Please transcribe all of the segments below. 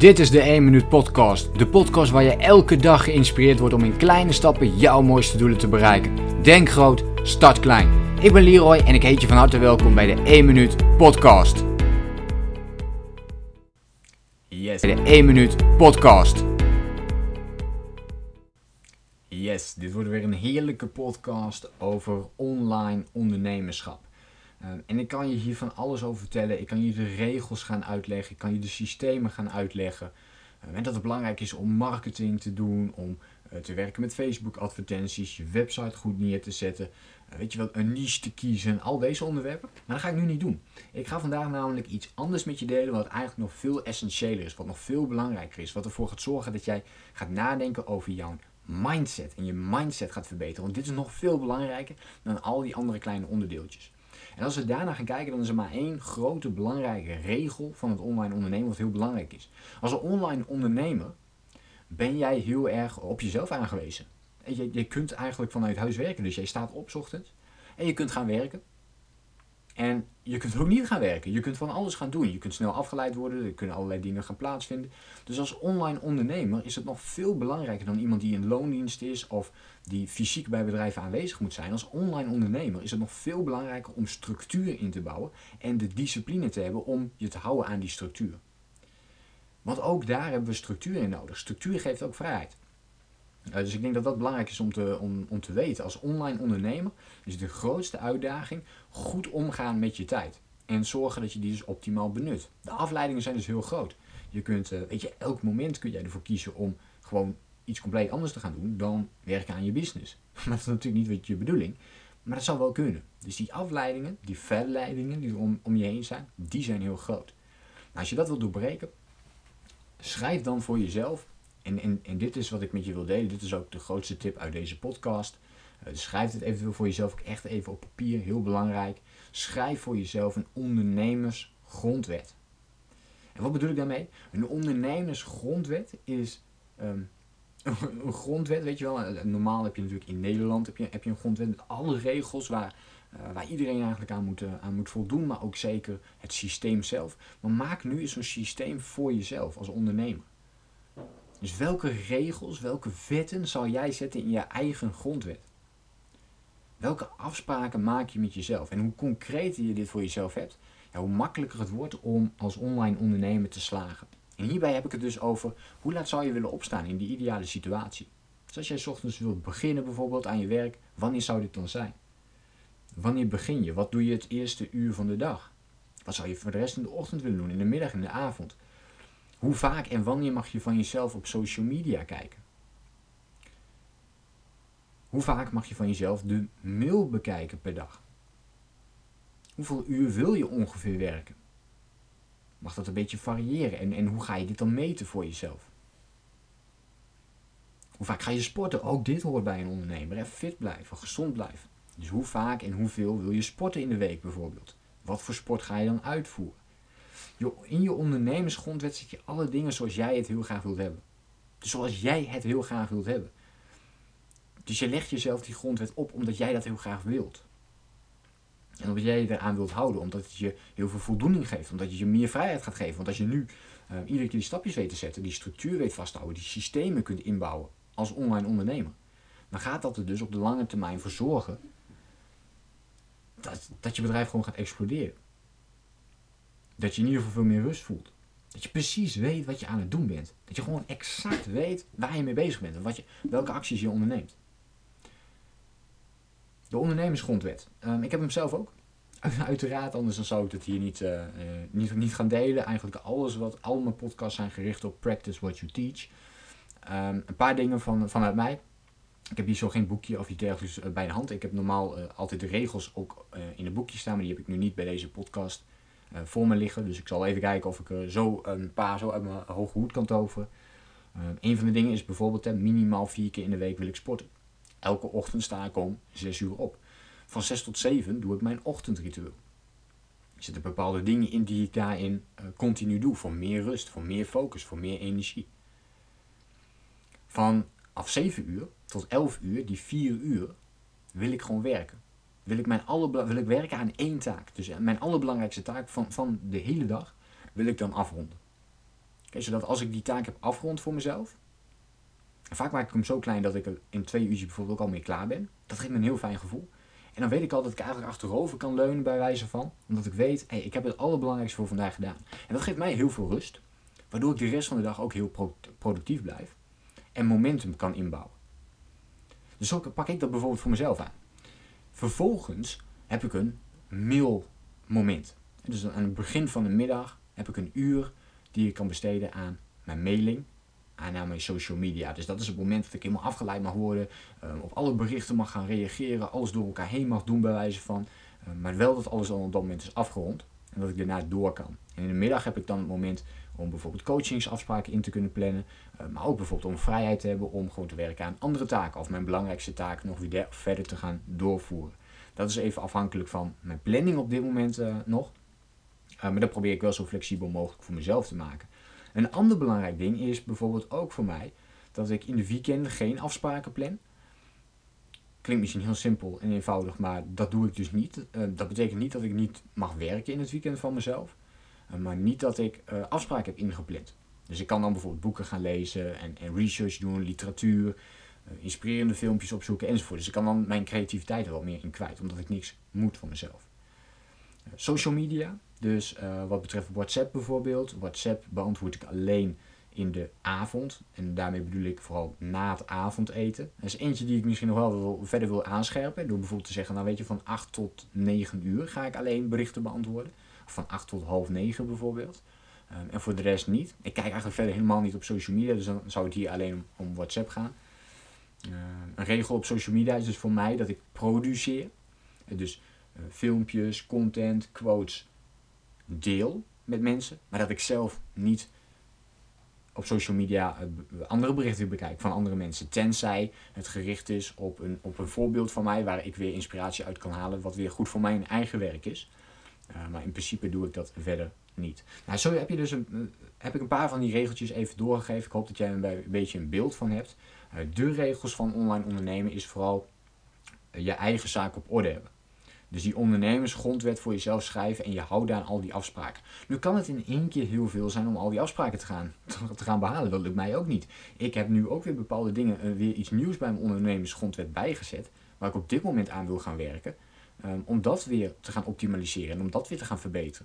Dit is de 1 Minuut Podcast. De podcast waar je elke dag geïnspireerd wordt om in kleine stappen jouw mooiste doelen te bereiken. Denk groot, start klein. Ik ben Leroy en ik heet je van harte welkom bij de 1 Minuut Podcast. De 1 Minuut Podcast. Yes, dit wordt weer een heerlijke podcast over online ondernemerschap. En ik kan je hier van alles over vertellen. Ik kan je de regels gaan uitleggen. Ik kan je de systemen gaan uitleggen. En dat het belangrijk is om marketing te doen. Om te werken met Facebook advertenties. Je website goed neer te zetten. Weet je wat, een niche te kiezen. Al deze onderwerpen. Maar dat ga ik nu niet doen. Ik ga vandaag namelijk iets anders met je delen. Wat eigenlijk nog veel essentiëler is. Wat nog veel belangrijker is. Wat ervoor gaat zorgen dat jij gaat nadenken over jouw mindset. En je mindset gaat verbeteren. Want dit is nog veel belangrijker dan al die andere kleine onderdeeltjes. En als we daarna gaan kijken, dan is er maar één grote belangrijke regel van het online ondernemen wat heel belangrijk is. Als een online ondernemer ben jij heel erg op jezelf aangewezen. Je kunt eigenlijk vanuit huis werken, dus jij staat op 's ochtends en je kunt gaan werken. En je kunt ook niet gaan werken. Je kunt van alles gaan doen. Je kunt snel afgeleid worden. Er kunnen allerlei dingen gaan plaatsvinden. Dus als online ondernemer is het nog veel belangrijker dan iemand die in loondienst is of die fysiek bij bedrijven aanwezig moet zijn. Als online ondernemer is het nog veel belangrijker om structuur in te bouwen en de discipline te hebben om je te houden aan die structuur. Want ook daar hebben we structuur in nodig. Structuur geeft ook vrijheid. Dus ik denk dat dat belangrijk is om te weten. Als online ondernemer is de grootste uitdaging goed omgaan met je tijd. En zorgen dat je die dus optimaal benut. De afleidingen zijn dus heel groot. Je kunt, elk moment kun jij ervoor kiezen om gewoon iets compleet anders te gaan doen dan werken aan je business. Maar dat is natuurlijk niet wat je bedoeling. Maar dat zou wel kunnen. Dus die afleidingen, die verleidingen die er om je heen zijn, die zijn heel groot. Nou, als je dat wilt doorbreken, schrijf dan voor jezelf. En dit is wat ik met je wil delen. Dit is ook de grootste tip uit deze podcast. Dus schrijf het eventueel voor jezelf ook echt even op papier. Heel belangrijk. Schrijf voor jezelf een ondernemersgrondwet. En wat bedoel ik daarmee? Een ondernemersgrondwet is een grondwet, weet je wel. Normaal heb je natuurlijk in Nederland heb je een grondwet met alle regels waar iedereen eigenlijk aan moet voldoen. Maar ook zeker het systeem zelf. Maar maak nu eens een systeem voor jezelf als ondernemer. Dus welke regels, welke wetten zal jij zetten in je eigen grondwet? Welke afspraken maak je met jezelf? En hoe concreter je dit voor jezelf hebt, hoe makkelijker het wordt om als online ondernemer te slagen. En hierbij heb ik het dus over, hoe laat zou je willen opstaan in die ideale situatie? Dus als jij 's ochtends wilt beginnen bijvoorbeeld aan je werk, wanneer zou dit dan zijn? Wanneer begin je? Wat doe je het eerste uur van de dag? Wat zou je voor de rest in de ochtend willen doen, in de middag, in de avond? Hoe vaak en wanneer mag je van jezelf op social media kijken? Hoe vaak mag je van jezelf de mail bekijken per dag? Hoeveel uur wil je ongeveer werken? Mag dat een beetje variëren? En hoe ga je dit dan meten voor jezelf? Hoe vaak ga je sporten? Ook dit hoort bij een ondernemer. Hè? Fit blijven, gezond blijven. Dus hoe vaak en hoeveel wil je sporten in de week bijvoorbeeld? Wat voor sport ga je dan uitvoeren? In je ondernemersgrondwet zet je alle dingen zoals jij het heel graag wilt hebben. Dus zoals jij het heel graag wilt hebben. Dus je legt jezelf die grondwet op omdat jij dat heel graag wilt. En omdat jij je eraan wilt houden. Omdat het je heel veel voldoening geeft. Omdat het je meer vrijheid gaat geven. Want als je nu iedere keer die stapjes weet te zetten. Die structuur weet vast te houden. Die systemen kunt inbouwen als online ondernemer. Dan gaat dat er dus op de lange termijn voor zorgen dat je bedrijf gewoon gaat exploderen. Dat je in ieder geval veel meer rust voelt. Dat je precies weet wat je aan het doen bent. Dat je gewoon exact weet waar je mee bezig bent. En welke acties je onderneemt. De ondernemersgrondwet. Ik heb hem zelf ook. Uiteraard, anders dan zou ik het hier niet gaan delen. Eigenlijk al mijn podcasts zijn gericht op practice what you teach. Een paar dingen vanuit mij. Ik heb hier zo geen boekje of iets dergelijks bij de hand. Ik heb normaal altijd de regels ook in een boekje staan. Maar die heb ik nu niet bij deze podcast voor me liggen. Dus ik zal even kijken of ik er zo een paar zo uit mijn hoge hoed kan toveren. Een van de dingen is bijvoorbeeld minimaal 4 keer in de week wil ik sporten. Elke ochtend sta ik om 6 uur op. Van 6 tot 7 doe ik mijn ochtendritueel. Er zitten bepaalde dingen in die ik daarin continu doe. Voor meer rust, voor meer focus, voor meer energie. Vanaf 7 uur tot 11 uur, die 4 uur, wil ik gewoon werken. Wil ik werken aan één taak. Dus mijn allerbelangrijkste taak van de hele dag wil ik dan afronden. Zodat als ik die taak heb afgerond voor mezelf, en vaak maak ik hem zo klein dat ik er in 2 uurtjes bijvoorbeeld ook al mee klaar ben. Dat geeft me een heel fijn gevoel. En dan weet ik al dat ik eigenlijk achterover kan leunen bij wijze van. Omdat ik weet, ik heb het allerbelangrijkste voor vandaag gedaan. En dat geeft mij heel veel rust. Waardoor ik de rest van de dag ook heel productief blijf. En momentum kan inbouwen. Dus zo pak ik dat bijvoorbeeld voor mezelf aan. Vervolgens heb ik een mailmoment. Dus aan het begin van de middag heb ik een uur die ik kan besteden aan mijn mailing. Aan mijn social media. Dus dat is het moment dat ik helemaal afgeleid mag worden. Op alle berichten mag gaan reageren. Alles door elkaar heen mag doen bij wijze van. Maar wel dat alles al op dat moment is afgerond. En dat ik daarna door kan. En in de middag heb ik dan het moment om bijvoorbeeld coachingsafspraken in te kunnen plannen. Maar ook bijvoorbeeld om vrijheid te hebben om gewoon te werken aan andere taken. Of mijn belangrijkste taak nog weer verder te gaan doorvoeren. Dat is even afhankelijk van mijn planning op dit moment nog. Maar dat probeer ik wel zo flexibel mogelijk voor mezelf te maken. Een ander belangrijk ding is bijvoorbeeld ook voor mij dat ik in de weekenden geen afspraken plan. Klinkt misschien heel simpel en eenvoudig, maar dat doe ik dus niet. Dat betekent niet dat ik niet mag werken in het weekend van mezelf. Maar niet dat ik afspraken heb ingepland. Dus ik kan dan bijvoorbeeld boeken gaan lezen en research doen, literatuur, inspirerende filmpjes opzoeken enzovoort. Dus ik kan dan mijn creativiteit er wat meer in kwijt, omdat ik niks moet van mezelf. Social media, dus wat betreft WhatsApp bijvoorbeeld. WhatsApp beantwoord ik alleen in de avond. En daarmee bedoel ik vooral na het avondeten. Dat is eentje die ik misschien nog wel verder wil aanscherpen. Door bijvoorbeeld te zeggen, nou weet je, van 8 tot 9 uur ga ik alleen berichten beantwoorden. Of van 8 tot half 9 bijvoorbeeld. En voor de rest niet. Ik kijk eigenlijk verder helemaal niet op social media. Dus dan zou het hier alleen om WhatsApp gaan. Een regel op social media is dus voor mij dat ik produceer. Dus filmpjes, content, quotes deel met mensen. Maar dat ik zelf niet op social media andere berichten bekijk van andere mensen. Tenzij het gericht is op een voorbeeld van mij waar ik weer inspiratie uit kan halen. Wat weer goed voor mijn eigen werk is. Maar in principe doe ik dat verder niet. Nou, zo heb je dus heb ik een paar van die regeltjes even doorgegeven. Ik hoop dat jij er een beetje een beeld van hebt. De regels van online ondernemen is vooral je eigen zaak op orde hebben. Dus die ondernemersgrondwet voor jezelf schrijven en je houdt aan al die afspraken. Nu kan het in één keer heel veel zijn om al die afspraken te gaan behalen. Dat lukt mij ook niet. Ik heb nu ook weer bepaalde dingen, weer iets nieuws bij mijn ondernemersgrondwet bijgezet. Waar ik op dit moment aan wil gaan werken. Om dat weer te gaan optimaliseren en om dat weer te gaan verbeteren.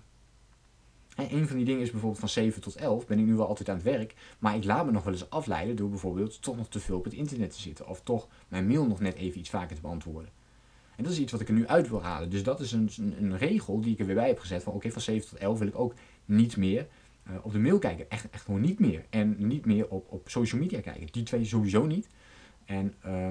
En een van die dingen is bijvoorbeeld van 7 tot 11 ben ik nu wel altijd aan het werk. Maar ik laat me nog wel eens afleiden door bijvoorbeeld toch nog te veel op het internet te zitten. Of toch mijn mail nog net even iets vaker te beantwoorden. En dat is iets wat ik er nu uit wil halen. Dus dat is een regel die ik er weer bij heb gezet. Van oké, van 7 tot 11 wil ik ook niet meer op de mail kijken. Echt gewoon niet meer. En niet meer op social media kijken. Die twee sowieso niet. En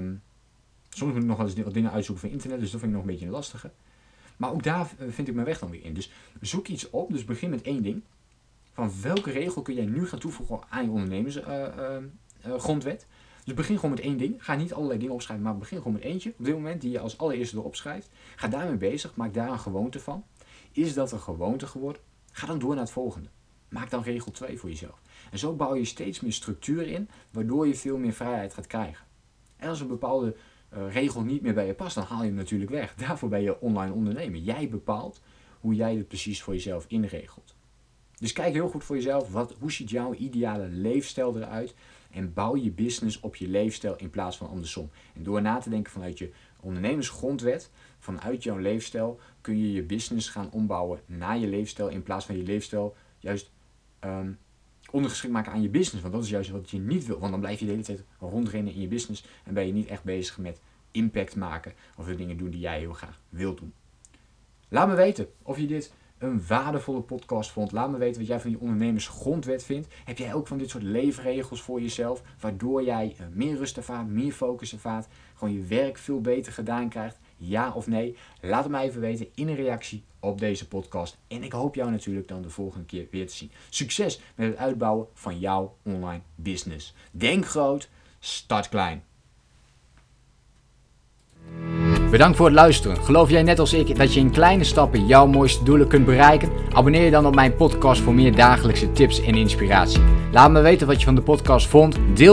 soms moet ik nog wel eens wat dingen uitzoeken van internet. Dus dat vind ik nog een beetje een lastige. Maar ook daar vind ik mijn weg dan weer in. Dus zoek iets op. Dus begin met 1 ding. Van welke regel kun jij nu gaan toevoegen aan je ondernemersgrondwet? Dus begin gewoon met 1 ding. Ga niet allerlei dingen opschrijven, maar begin gewoon met eentje. Op dit moment die je als allereerste erop schrijft. Ga daarmee bezig. Maak daar een gewoonte van. Is dat een gewoonte geworden? Ga dan door naar het volgende. Maak dan regel 2 voor jezelf. En zo bouw je steeds meer structuur in, waardoor je veel meer vrijheid gaat krijgen. En als een bepaalde regel niet meer bij je past, dan haal je hem natuurlijk weg. Daarvoor ben je online ondernemer. Jij bepaalt hoe jij het precies voor jezelf inregelt. Dus kijk heel goed voor jezelf, hoe ziet jouw ideale leefstijl eruit? En bouw je business op je leefstijl in plaats van andersom. En door na te denken vanuit je ondernemersgrondwet, vanuit jouw leefstijl, kun je je business gaan ombouwen naar je leefstijl. In plaats van je leefstijl juist ondergeschikt maken aan je business. Want dat is juist wat je niet wil. Want dan blijf je de hele tijd rondrennen in je business. En ben je niet echt bezig met impact maken. Of de dingen doen die jij heel graag wilt doen. Laat me weten of je dit een waardevolle podcast vond. Laat me weten wat jij van die ondernemersgrondwet vindt. Heb jij ook van dit soort leefregels voor jezelf, waardoor jij meer rust ervaart, meer focus ervaart, gewoon je werk veel beter gedaan krijgt? Ja of nee? Laat het mij even weten in een reactie op deze podcast. En ik hoop jou natuurlijk dan de volgende keer weer te zien. Succes met het uitbouwen van jouw online business. Denk groot, start klein. Bedankt voor het luisteren. Geloof jij net als ik dat je in kleine stappen jouw mooiste doelen kunt bereiken? Abonneer je dan op mijn podcast voor meer dagelijkse tips en inspiratie. Laat me weten wat je van de podcast vond. Deel